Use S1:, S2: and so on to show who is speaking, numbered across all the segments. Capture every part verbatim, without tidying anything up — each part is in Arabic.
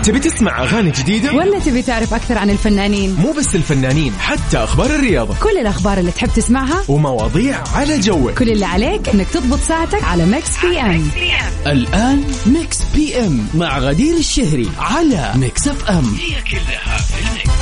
S1: تبي تسمع أغاني جديدة
S2: ولا تبي تعرف أكثر عن الفنانين؟
S1: مو بس الفنانين، حتى أخبار الرياضة،
S2: كل الأخبار اللي تحب تسمعها
S1: ومواضيع على جوك.
S2: كل اللي عليك إنك تضبط ساعتك على ميكس بي ام.
S3: الآن ميكس بي ام مع غدير الشهري على ميكس اف ام.
S1: هي كلها في الميكس.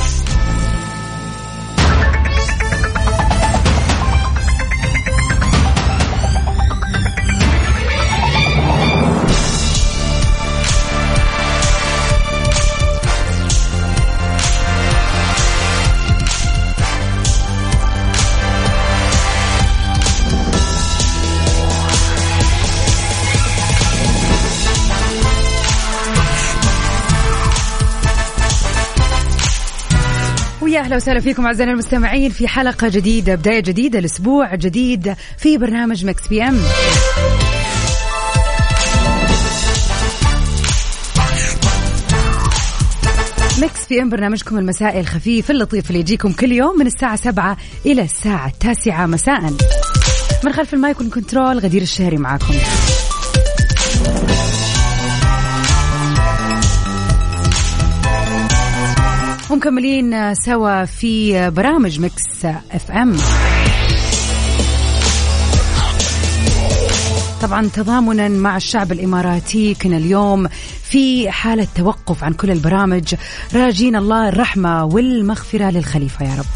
S2: يا أهلا وسهلا فيكم أعزائنا المستمعين في حلقة جديدة، بداية جديدة لأسبوع جديد في برنامج ميكس بي ام. ميكس بي ام برنامجكم المسائي الخفيف اللطيف اللي يجيكم كل يوم من الساعة سبعة إلى الساعة التاسعة مساء. من خلف المايك والكنترول غدير الشهري معاكم. ومكملين سوا في برامج ميكس اف ام. طبعا تضامنا مع الشعب الإماراتي كنا اليوم في حالة توقف عن كل البرامج، راجين الله الرحمة والمغفرة للخليفة يا رب.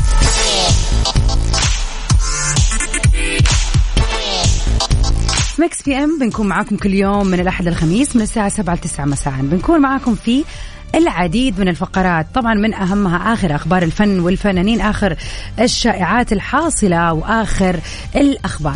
S2: ميكس بي ام بنكون معاكم كل يوم من الأحد للخميس من الساعة سبعة لتسعة مساء. بنكون معاكم في العديد من الفقرات، طبعا من أهمها آخر أخبار الفن والفنانين، آخر الشائعات الحاصلة وآخر الأخبار.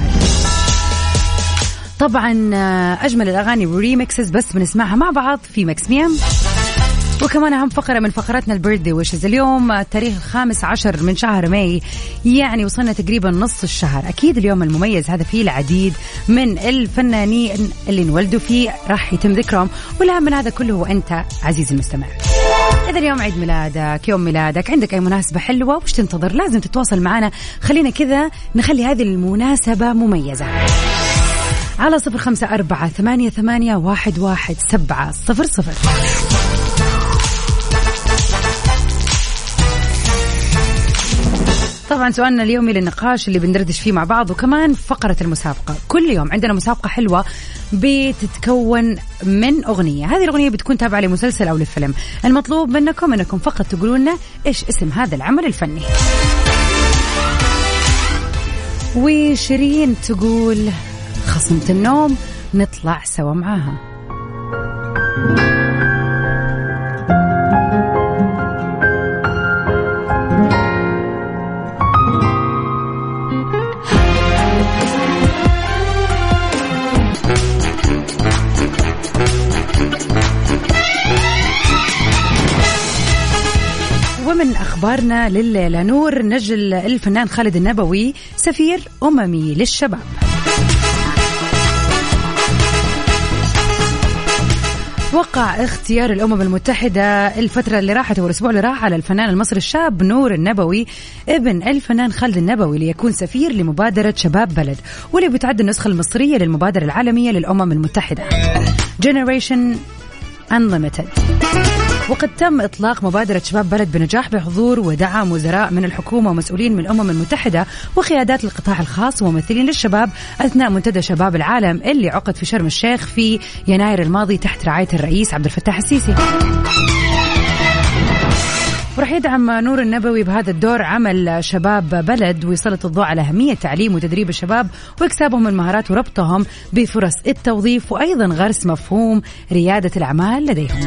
S2: طبعا أجمل الأغاني وريمكسز بس بنسمعها مع بعض في ميكس بي ام. وكمان أهم فقرة من فقراتنا البيرثدي ويشز. اليوم التاريخ الخامس عشر من شهر ماي، يعني وصلنا تقريبا نص الشهر. أكيد اليوم المميز هذا فيه العديد من الفنانين اللي انولدوا فيه راح يتم ذكرهم، والأهم من هذا كله هو أنت عزيزي المستمع. إذا اليوم عيد ميلادك، يوم ميلادك، عندك أي مناسبة حلوة وش تنتظر؟ لازم تتواصل معنا، خلينا كذا نخلي هذه المناسبة مميزة على صفر خمسة أربعة ثمانية ثمانية واحد واحد سبعة صفر صفر. طبعا سؤالنا اليومي للنقاش اللي بندردش فيه مع بعض، وكمان فقرة المسابقة. كل يوم عندنا مسابقة حلوة بتتكون من أغنية، هذه الأغنية بتكون تابعة لمسلسل أو لفيلم. المطلوب منكم أنكم فقط تقولوا لنا إيش اسم هذا العمل الفني. وشيرين تقول خصمة النوم، نطلع سوا معاها. ومن أخبارنا لليلة، نور نجل الفنان خالد النبوي سفير أممي للشباب. وقع اختيار الأمم المتحدة الفترة اللي راحت والأسبوع اللي راح على الفنان المصري الشاب نور النبوي ابن الفنان خالد النبوي ليكون سفير لمبادرة شباب بلد، واللي بتعد النسخة المصرية للمبادرة العالمية للأمم المتحدة Generation Unlimited. وقد تم إطلاق مبادرة شباب بلد بنجاح بحضور ودعم وزراء من الحكومة ومسؤولين من الأمم المتحدة وقيادات القطاع الخاص وممثلين للشباب أثناء منتدى شباب العالم اللي عقد في شرم الشيخ في يناير الماضي تحت رعاية الرئيس عبد الفتاح السيسي. ورح يدعم نور النبوي بهذا الدور عمل شباب بلد ويسلط الضوء على أهمية تعليم وتدريب الشباب وإكسابهم المهارات وربطهم بفرص التوظيف، وأيضا غرس مفهوم ريادة الأعمال لديهم.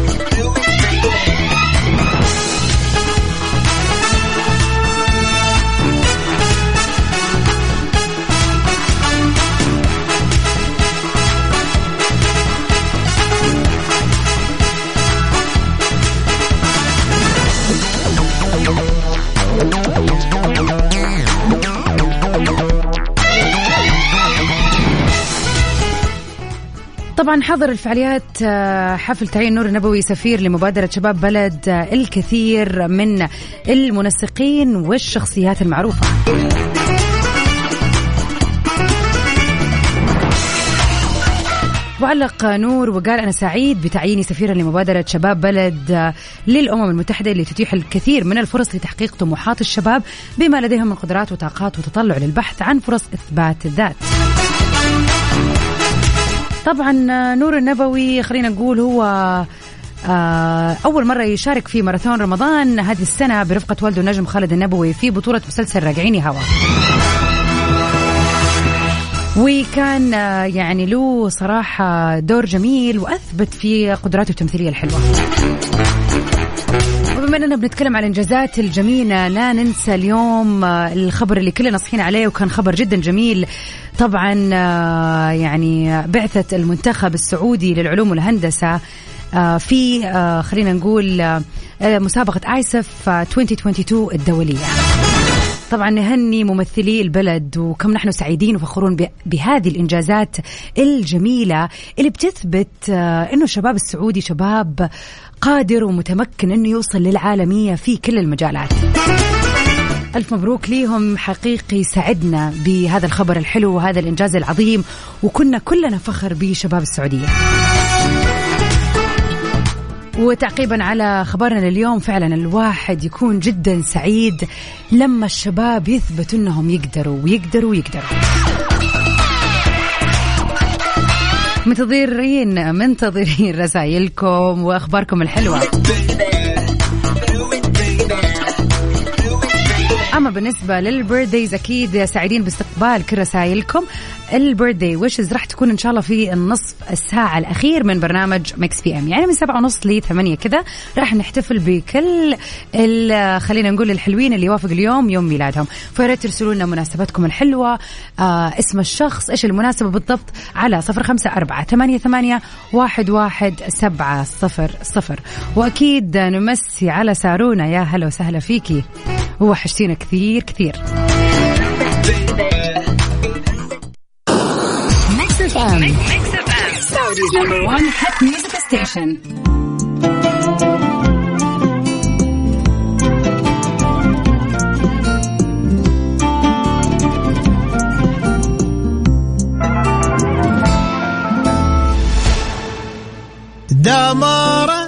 S2: طبعا حضر الفعاليات حفل تعيين نور النبوي سفير لمبادرة شباب بلد الكثير من المنسقين والشخصيات المعروفة. وعلق نور وقال أنا سعيد بتعييني سفيرا لمبادرة شباب بلد للأمم المتحدة اللي تتيح الكثير من الفرص لتحقيق طموحات الشباب بما لديهم من قدرات وطاقات وتطلع للبحث عن فرص إثبات الذات. طبعا نور النبوي خلينا نقول هو أول مرة يشارك في ماراثون رمضان هذه السنة برفقة والده النجم خالد النبوي في بطولة مسلسل راجعيني هوا، وكان يعني له صراحة دور جميل وأثبت في قدراته التمثيلية الحلوة. وبما أننا بنتكلم عن الإنجازات الجميلة لا ننسى اليوم الخبر اللي كلنا صحينا عليه وكان خبر جدا جميل. طبعا يعني بعثة المنتخب السعودي للعلوم والهندسة في خلينا نقول مسابقة آيسف ألفين واثنين وعشرين الدولية. طبعا نهني ممثلي البلد وكم نحن سعيدين وفخورون بهذه الإنجازات الجميلة اللي بتثبت إنه الشباب السعودي شباب قادر ومتمكن إنه يوصل للعالمية في كل المجالات. ألف مبروك ليهم، حقيقي سعدنا بهذا الخبر الحلو وهذا الإنجاز العظيم وكنا كلنا فخر بشباب السعودية. وتعقيبا على خبرنا اليوم فعلا الواحد يكون جدا سعيد لما الشباب يثبتوا انهم يقدروا ويقدروا ويقدروا. منتظرين منتظرين رسائلكم واخباركم الحلوة. أما بالنسبة للبيرثديز أكيد سعيدين باستقبال كل رسائلكم. البيرثدي ويشز راح تكون إن شاء الله في النصف الساعة الأخير من برنامج ميكس بي أم، يعني من سبعة ونص لثمانية كذا راح نحتفل بكل خلينا نقول الحلوين اللي يوافق اليوم يوم ميلادهم. فياريت ترسلوا لنا مناسبتكم الحلوة، آه اسم الشخص، إيش المناسبة بالضبط، على صفر خمسة أربعة ثمانية ثمانية واحد واحد سبعة صفر صفر. وأكيد نمسي على سارونا، يا هلا وسهلا فيكي وحشتينا كثير كثير. Mix إف إم Mix إف إم Saudi's number one hit music station.
S4: دمارة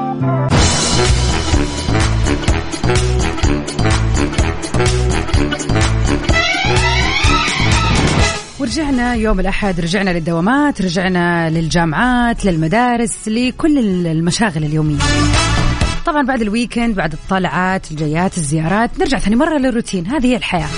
S2: ورجعنا يوم الأحد، رجعنا للدوامات، رجعنا للجامعات، للمدارس، لكل المشاغل اليومية. طبعا بعد الويكند، بعد الطلعات، الجيات، الزيارات، نرجع ثاني مرة للروتين. هذه هي الحياة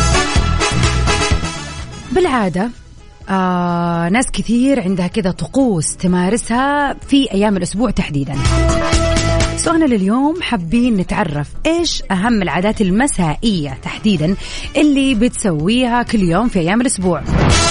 S2: بالعادة. آه ناس كثير عندها كذا طقوس تمارسها في أيام الأسبوع تحديدا. سؤالنا لليوم حابين نتعرف إيش أهم العادات المسائية تحديدا اللي بتسويها كل يوم في أيام الأسبوع.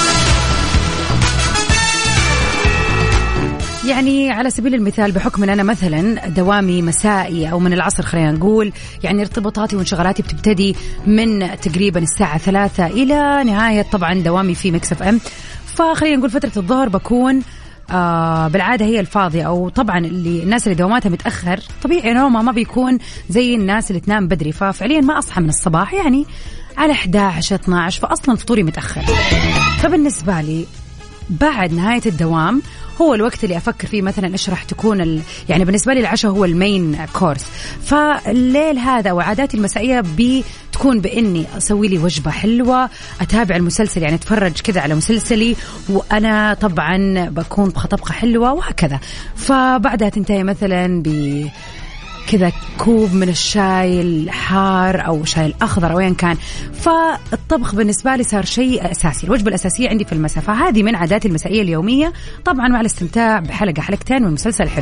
S2: يعني على سبيل المثال بحكم أن أنا مثلا دوامي مسائي أو من العصر خلينا نقول، يعني ارتباطاتي وانشغالاتي بتبتدي من تقريبا الساعة ثلاثة إلى نهاية طبعا دوامي في ميكس إف إم. فخلينا نقول فترة الظهر بكون آه بالعادة هي الفاضية، أو طبعا اللي الناس اللي دواماتها متأخر طبيعي نومها ما بيكون زي الناس اللي تنام بدري، ففعليا ما أصحى من الصباح يعني على إحدى عشر اثنا عشر، فأصلا فطوري متأخر. فبالنسبة لي بعد نهاية الدوام هو الوقت اللي أفكر فيه مثلا إيش راح تكون ال... يعني بالنسبة لي العشاء هو المين كورس. فالليل هذا وعاداتي المسائية بتكون بإني أسوي لي وجبة حلوة، أتابع المسلسل يعني أتفرج كذا على مسلسلي وأنا طبعا بكون طبخة حلوة وهكذا. فبعدها تنتهي مثلا ب كذا كوب من الشاي الحار أو شاي الأخضر أو أيا كان. فالطبخ بالنسبة لي صار شيء أساسي، الوجبة الأساسية عندي في المساء. فهذه من عاداتي المسائية اليومية، طبعا مع الاستمتاع بحلقة حلقتين والمسلسل الحلو.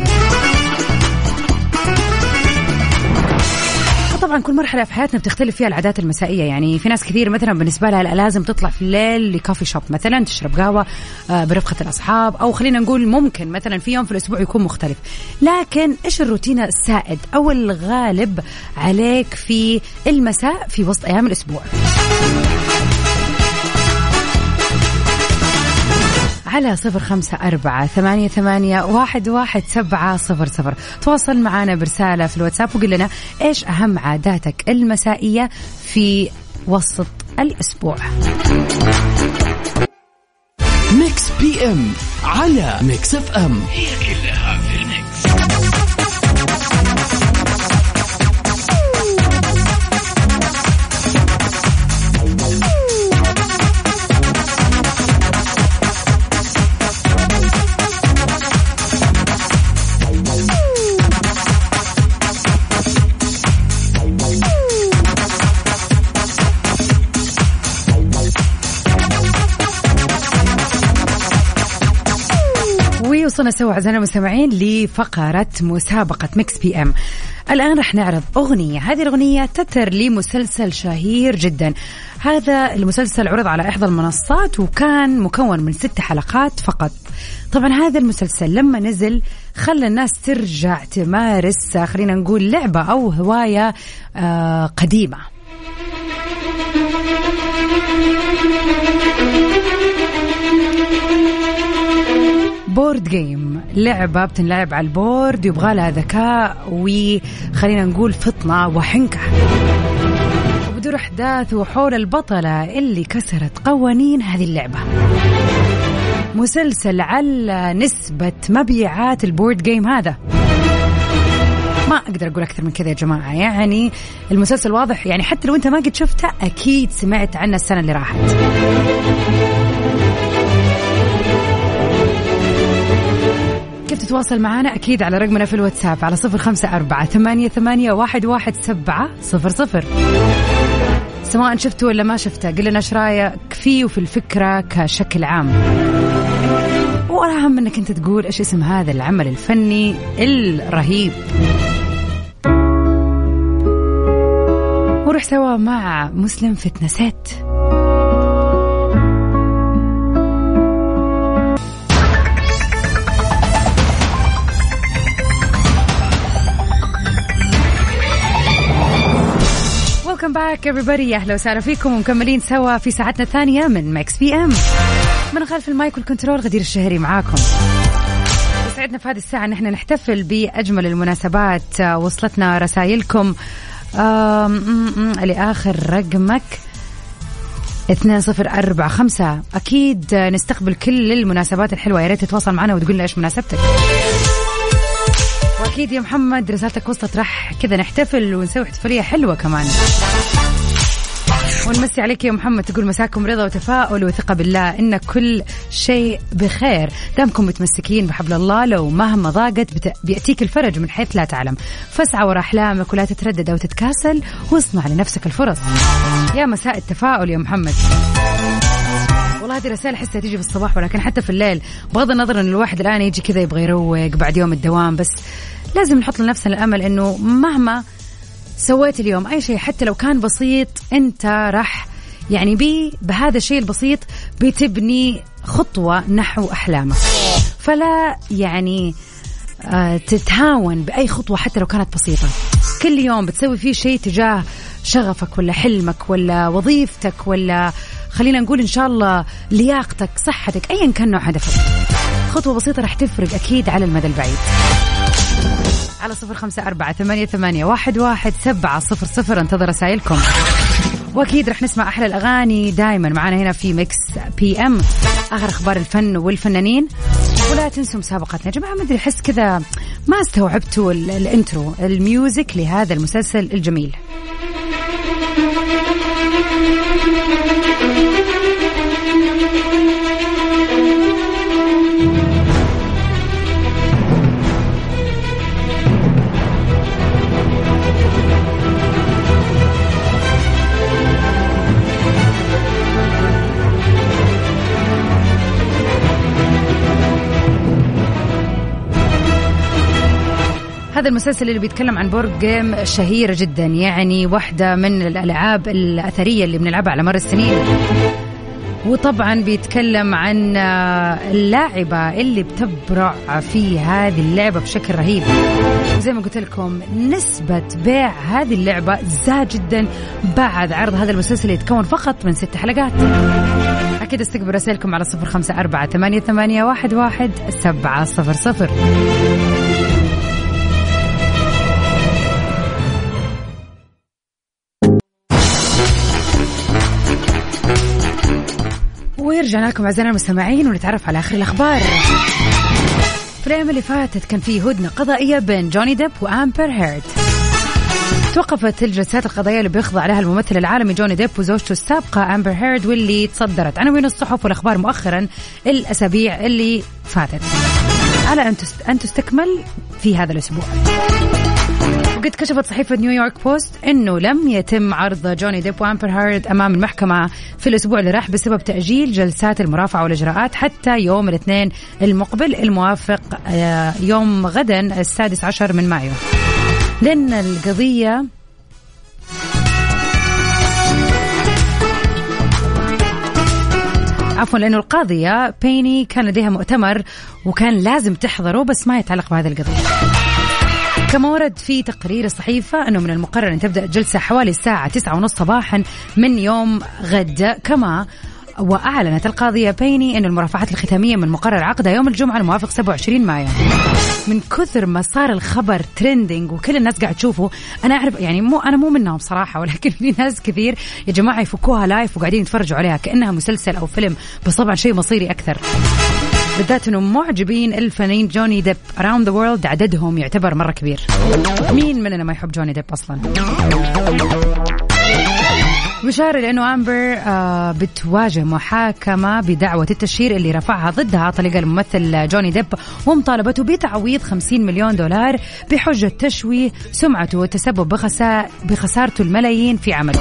S2: طبعا كل مرحلة في حياتنا بتختلف فيها العادات المسائية. يعني في ناس كثير مثلا بالنسبة لها لازم تطلع في الليل لكافي شوب مثلا تشرب قهوة برفقة الأصحاب، أو خلينا نقول ممكن مثلا في يوم في الأسبوع يكون مختلف. لكن إيش الروتين السائد أو الغالب عليك في المساء في وسط أيام الأسبوع؟ على صفر خمسة أربعة ثمانية ثمانية واحد واحد سبعة صفر صفر تواصل معنا برسالة في الواتساب وقل لنا إيش أهم عاداتك المسائية في وسط الأسبوع.
S3: ميكس بي بي ام على ميكس اف ام.
S1: هي كلها في الميكس.
S2: وصلنا سوا أعزائنا المستمعين لفقرة مسابقة ميكس بي ام. الآن رح نعرض أغنية، هذه الأغنية تتر لمسلسل شهير جدا. هذا المسلسل عرض على إحدى المنصات وكان مكون من ست حلقات فقط. طبعا هذا المسلسل لما نزل خلى الناس ترجع تمارس خلينا نقول لعبة أو هواية آه قديمة. بورد جيم، لعبة بتنلعب على البورد يبغى لها ذكاء وخلينا نقول فطنة وحنكة، وبدور أحداث وحول البطلة اللي كسرت قوانين هذه اللعبة. مسلسل على نسبة مبيعات البورد جيم هذا، ما أقدر أقول أكثر من كذا يا جماعة. يعني المسلسل واضح، يعني حتى لو أنت ما قد شفته أكيد سمعت عنه السنة اللي راحت. كيف تتواصل معنا؟ أكيد على رقمنا في الواتساب على صفر خمسة أربعة ثمانية ثمانية واحد واحد سبعة صفر صفر. سواء شفته ولا ما شفته قل لنا ايش رايك فيه وفي الفكرة كشكل عام، والأهم أنك أنت تقول إيش اسم هذا العمل الفني الرهيب. وروح سوا مع مسلم فتنسات. Welcome back everybody. أهلا وسهلا فيكم ومكملين سوا في ساعتنا الثانية من ميكس بي ام. من خلف المايك والكنترول غدير الشهري معاكم. يسعدنا في هذه الساعة ان احنا نحتفل بأجمل المناسبات. وصلتنا رسائلكم لآخر رقمك اثنين صفر أربعة خمسة. أكيد نستقبل كل المناسبات الحلوة، يا ريت تتواصل معنا وتقول لنا إيش مناسبتك. وأكيد يا محمد رسالتك وصلت، راح كذا نحتفل ونسوي احتفالية حلوة كمان. ونمسي عليك يا محمد، تقول مساكم رضا وتفاؤل وثقة بالله إن كل شيء بخير، دامكم متمسكين بحبل الله لو مهما ضاقت بيأتيك الفرج من حيث لا تعلم، فاسعى ورا أحلامك ولا تتردد أو تتكاسل واصنع لنفسك الفرص. يا مساء التفاؤل يا محمد. والله هذه رسالة حسها تيجي بالصباح ولكن حتى في الليل، بغض النظر أن الواحد الآن يجي كذا يبغى يروق بعد يوم الدوام، بس لازم نحط لنفسنا الأمل أنه مهما سويت اليوم أي شيء حتى لو كان بسيط، أنت راح يعني بي بهذا الشيء البسيط بتبني خطوة نحو أحلامك. فلا يعني آه تتهاون بأي خطوة حتى لو كانت بسيطة. كل يوم بتسوي فيه شيء تجاه شغفك ولا حلمك ولا وظيفتك ولا خلينا نقول إن شاء الله لياقتك صحتك، أيا كان نوع هدفك، خطوة بسيطة راح تفرق أكيد على المدى البعيد. على صفر خمسة أربعة ثمانية ثمانية واحد واحد سبعة صفر صفر انتظر رسائلكم. وأكيد رح نسمع أحلى الأغاني دايما معنا هنا في ميكس بي ام، آخر أخبار الفن والفنانين. ولا تنسوا مسابقتنا يا جماعة. ما أدري أحس كذا ما استوعبتوا الانترو الميوزك لهذا المسلسل الجميل. هذا المسلسل اللي بيتكلم عن بورد جيم شهيرة جدا، يعني واحدة من الألعاب الأثرية اللي بنلعبها على مر السنين. وطبعا بيتكلم عن اللاعبة اللي بتبرع في هذه اللعبة بشكل رهيب. وزي ما قلت لكم نسبة بيع هذه اللعبة زاد جدا بعد عرض هذا المسلسل اللي يتكون فقط من ست حلقات. أكيد استقبل رسائلكم على صفر خمسة أربعة ثمانية ثمانية واحد واحد سبعة صفر صفر. رجعنا لكم أعزائنا المستمعين ونتعرف على آخر الأخبار. في الأيام اللي فاتت كان في هدنة قضائية بين جوني ديب وأمبر هيرد. توقفت الجلسات القضائية اللي بيخضع لها الممثل العالمي جوني ديب وزوجته السابقة أمبر هيرد، واللي تصدرت عناوين الصحف والأخبار مؤخرا الأسابيع اللي فاتت على أن تستكمل في هذا الأسبوع. وقد كشفت صحيفة نيويورك بوست أنه لم يتم عرض جوني ديب وأمبر هيرد أمام المحكمة في الأسبوع اللي راح بسبب تأجيل جلسات المرافعة والإجراءات حتى يوم الاثنين المقبل الموافق يوم غدا السادس عشر من مايو، لأن القضية عفوا لأنه القاضية بيني كان لديها مؤتمر وكان لازم تحضره بس ما يتعلق بهذه القضية. كما ورد في تقرير الصحيفة أنه من المقرر أن تبدأ الجلسة حوالي الساعة تسعة ونص صباحا من يوم غد. كما وأعلنت القاضية بيني أن المرافعات الختامية من مقرر عقدها يوم الجمعة الموافق سبعة وعشرين مايو. من كثر ما صار الخبر تريندينج وكل الناس قاعد تشوفه، أنا أعرف يعني مو أنا مو منهم صراحة، ولكن في ناس كثير يا جماعة يفكوها لايف وقاعدين يتفرجوا عليها كأنها مسلسل أو فيلم، بس طبعا شيء مصيري أكثر، بالذات أنه معجبين الفنانين جوني ديب around the world عددهم يعتبر مرة كبير. مين مننا ما يحب جوني ديب أصلا؟ بشار لأنه أمبر آه بتواجه محاكمة بدعوة التشهير اللي رفعها ضدها طليق الممثل جوني ديب ومطالبته بتعويض خمسين مليون دولار بحجة تشويه سمعته والتسبب بخسا... بخسارته الملايين في عمله.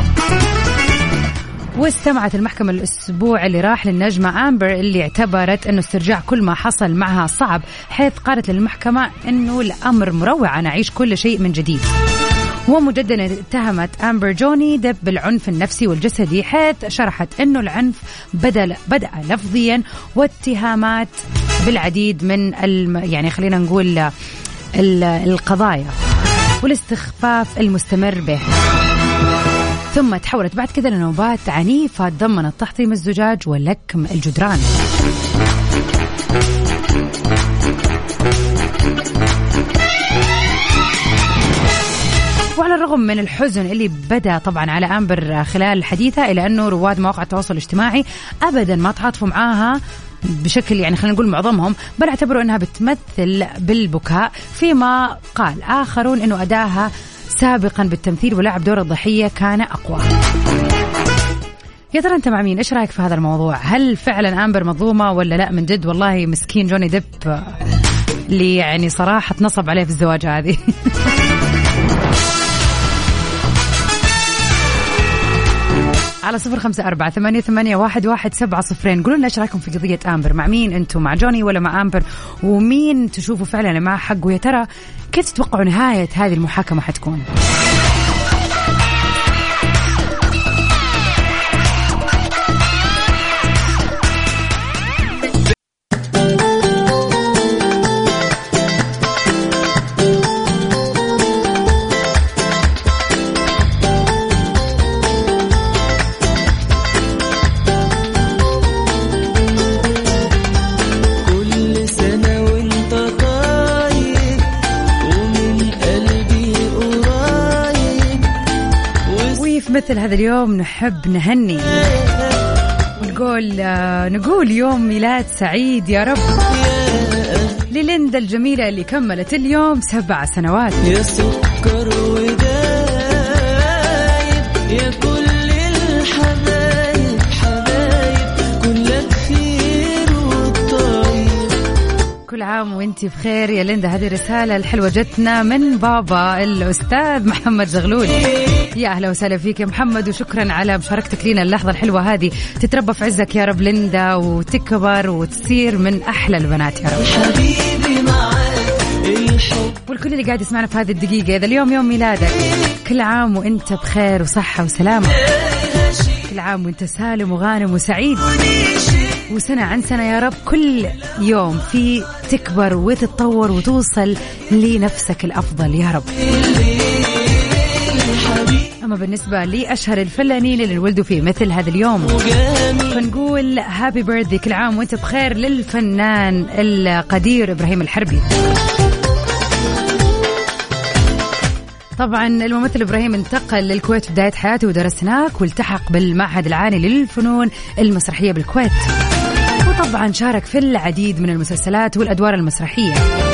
S2: واستمعت المحكمة الأسبوع اللي راح للنجمة أمبر اللي اعتبرت أنه استرجاع كل ما حصل معها صعب، حيث قالت للمحكمة أنه الأمر مروع أنا أعيش كل شيء من جديد. ومجددا اتهمت أمبر جوني ديب بالعنف النفسي والجسدي، حيث شرحت أنه العنف بدأ, بدأ لفظيا واتهامات بالعديد من الم يعني خلينا نقول ال القضايا والاستخفاف المستمر به، ثم تحولت بعد كذا لنوبات عنيفة ضمنت تحطيم الزجاج ولكم الجدران. وعلى الرغم من الحزن اللي بدأ طبعا على أمبر خلال حديثها، إلا أنه رواد مواقع التواصل الاجتماعي أبدا ما تعاطفوا معاها بشكل يعني خلينا نقول معظمهم، بل اعتبروا أنها بتمثل بالبكاء، فيما قال آخرون أنه أداها سابقا بالتمثيل ولعب دور الضحية كان أقوى. يا ترى أنت مع مين؟ إيش رأيك في هذا الموضوع؟ هل فعلا أمبر مظلومة ولا لا من جد والله مسكين جوني ديب اللي يعني صراحة نصب عليه في الزواج هذه؟ على صفر خمسة أربعة ثمانية ثمانية واحد واحد سبعة صفرين قولوا لنا إيش رأيكم في قضية أمبر؟ مع مين أنتم؟ مع جوني ولا مع أمبر؟ ومين تشوفوا فعلا مع حق؟ ويا ترى كيف تتوقعوا نهاية هذه المحاكمة حتكون؟ مثل هذا اليوم نحب نهني ونقول نقول يوم ميلاد سعيد يا رب لليندا الجميلة اللي كملت اليوم سبع سنوات.
S5: يا سكر ودايب يا كل الحبايب حبايب كلك خير والطيب.
S2: كل عام وانتي بخير يا ليندا. هذه رسالة الحلوة جتنا من بابا الأستاذ محمد زغلول. يا أهلا وسهلا فيك يا محمد، وشكرا على مشاركتك لنا اللحظة الحلوة هذه. تتربى في عزك يا رب ليندا وتكبر وتصير من أحلى البنات يا رب.
S5: حبيبي معاك الحب.
S2: والكل اللي قاعد يسمعنا في هذه الدقيقة، إذا اليوم يوم ميلادك، كل عام وانت بخير وصحة وسلامة، كل عام وانت سالم وغانم وسعيد، وسنة عن سنة يا رب كل يوم في تكبر وتتطور وتوصل لنفسك الأفضل يا رب. أما بالنسبة لي أشهر الفنانين اللي ولدوا في مثل هذا اليوم، فنقول هابي بيرثدي كل عام وانت بخير للفنان القدير إبراهيم الحربي. طبعا الممثل إبراهيم انتقل للكويت في بداية حياته ودرس هناك، والتحق بالمعهد العالي للفنون المسرحية بالكويت. طبعا شارك في العديد من المسلسلات والأدوار المسرحية.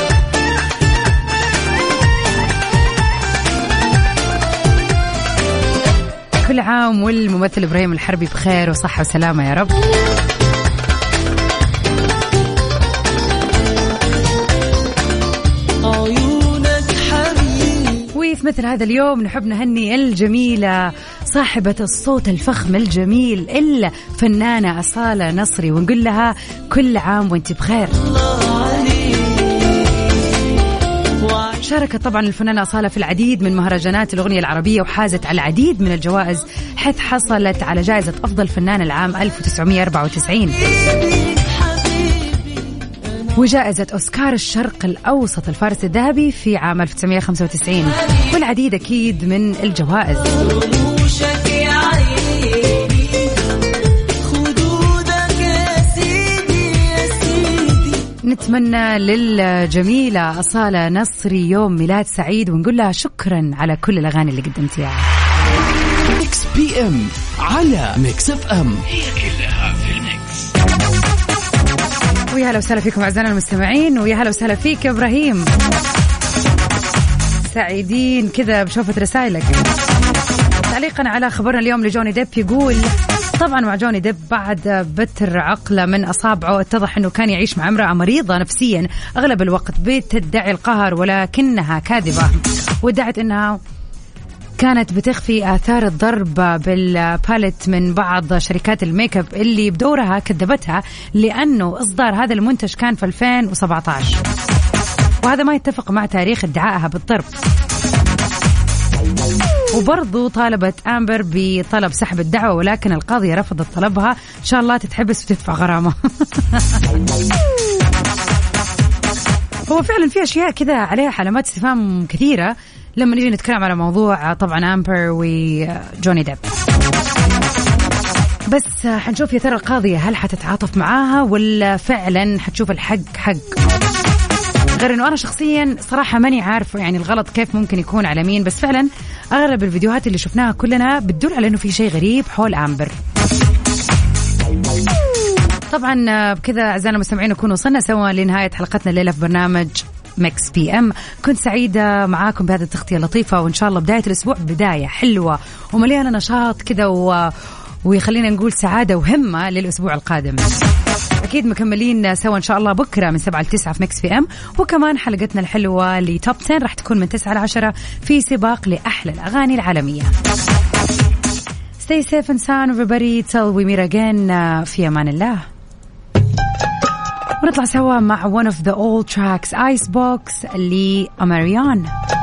S2: كل عام والممثل إبراهيم الحربي بخير وصحة وسلامة يا رب. وفي مثل هذا اليوم نحب نهني الجميلة صاحبة الصوت الفخم الجميل الفنانة أصالة نصري ونقول لها كل عام وانت بخير. شاركت طبعا الفنانة أصالة في العديد من مهرجانات الأغنية العربية وحازت على العديد من الجوائز، حيث حصلت على جائزة أفضل فنان العام ألف وتسعمائة وأربعة وتسعين وجائزة أوسكار الشرق الأوسط الفارس الذهبي في عام ألف وتسعمائة وخمسة وتسعين والعديد أكيد من الجوائز. نتمنى للجميلة أصالة نصري يوم ميلاد سعيد ونقول لها شكرا على كل الأغاني اللي قدمتيها.
S3: ميكس بي ام على ميكس اف ام،
S1: هي كلها في الميكس.
S2: ويا هلا وسهلا فيكم أعزائنا المستمعين، ويا هلا وسهلا فيك يا إبراهيم. سعيدين كذا بشوفة رسائلك. تعليقا على خبرنا اليوم لجوني ديب يقول طبعا مع جوني ديب بعد بتر عقله من أصابعه اتضح أنه كان يعيش مع امرأة مريضة نفسيا أغلب الوقت بتدعي القهر ولكنها كاذبة، وادعت أنها كانت بتخفي آثار الضرب بالباليت من بعض شركات الميك اب اللي بدورها كذبتها لأنه إصدار هذا المنتج كان في ألفين وسبعة عشر، وهذا ما يتفق مع تاريخ ادعائها بالضرب. وبرضو طالبت أمبر بطلب سحب الدعوة ولكن القاضية رفضت طلبها، إن شاء الله تتحبس وتدفع غرامة. هو فعلا في أشياء كذا عليها علامات استفهام كثيرة لما نيجي نتكلم على موضوع طبعا أمبر وجوني ديب. بس حنشوف يا ترى القاضية هل حتتعاطف معاها ولا فعلا حتشوف الحق حق. غير انه انا شخصيا صراحه ماني عارف يعني الغلط كيف ممكن يكون على مين، بس فعلا اغلب الفيديوهات اللي شفناها كلنا بتدل على انه في شيء غريب حول أمبر. طبعا بكذا اعزائنا المستمعين نكون وصلنا سوا لنهايه حلقتنا الليله في برنامج ميكس بي ام. كنت سعيده معاكم بهذه التغطيه اللطيفه، وان شاء الله بدايه الاسبوع بدايه حلوه ومليانه نشاط كذا و... ويخلينا نقول سعاده وهمه للاسبوع القادم. أكيد مكملين سوا إن شاء الله بكرة من سبعة لتسعة في ميكس بي أم، وكمان حلقتنا الحلوة لتوب عشرة راح تكون من تسعة لعشرة في سباق لأحلى الأغاني العالمية. Stay safe and sound everybody till we meet again. في أمان الله. ونطلع سوا مع one of the old tracks Icebox لأماريان.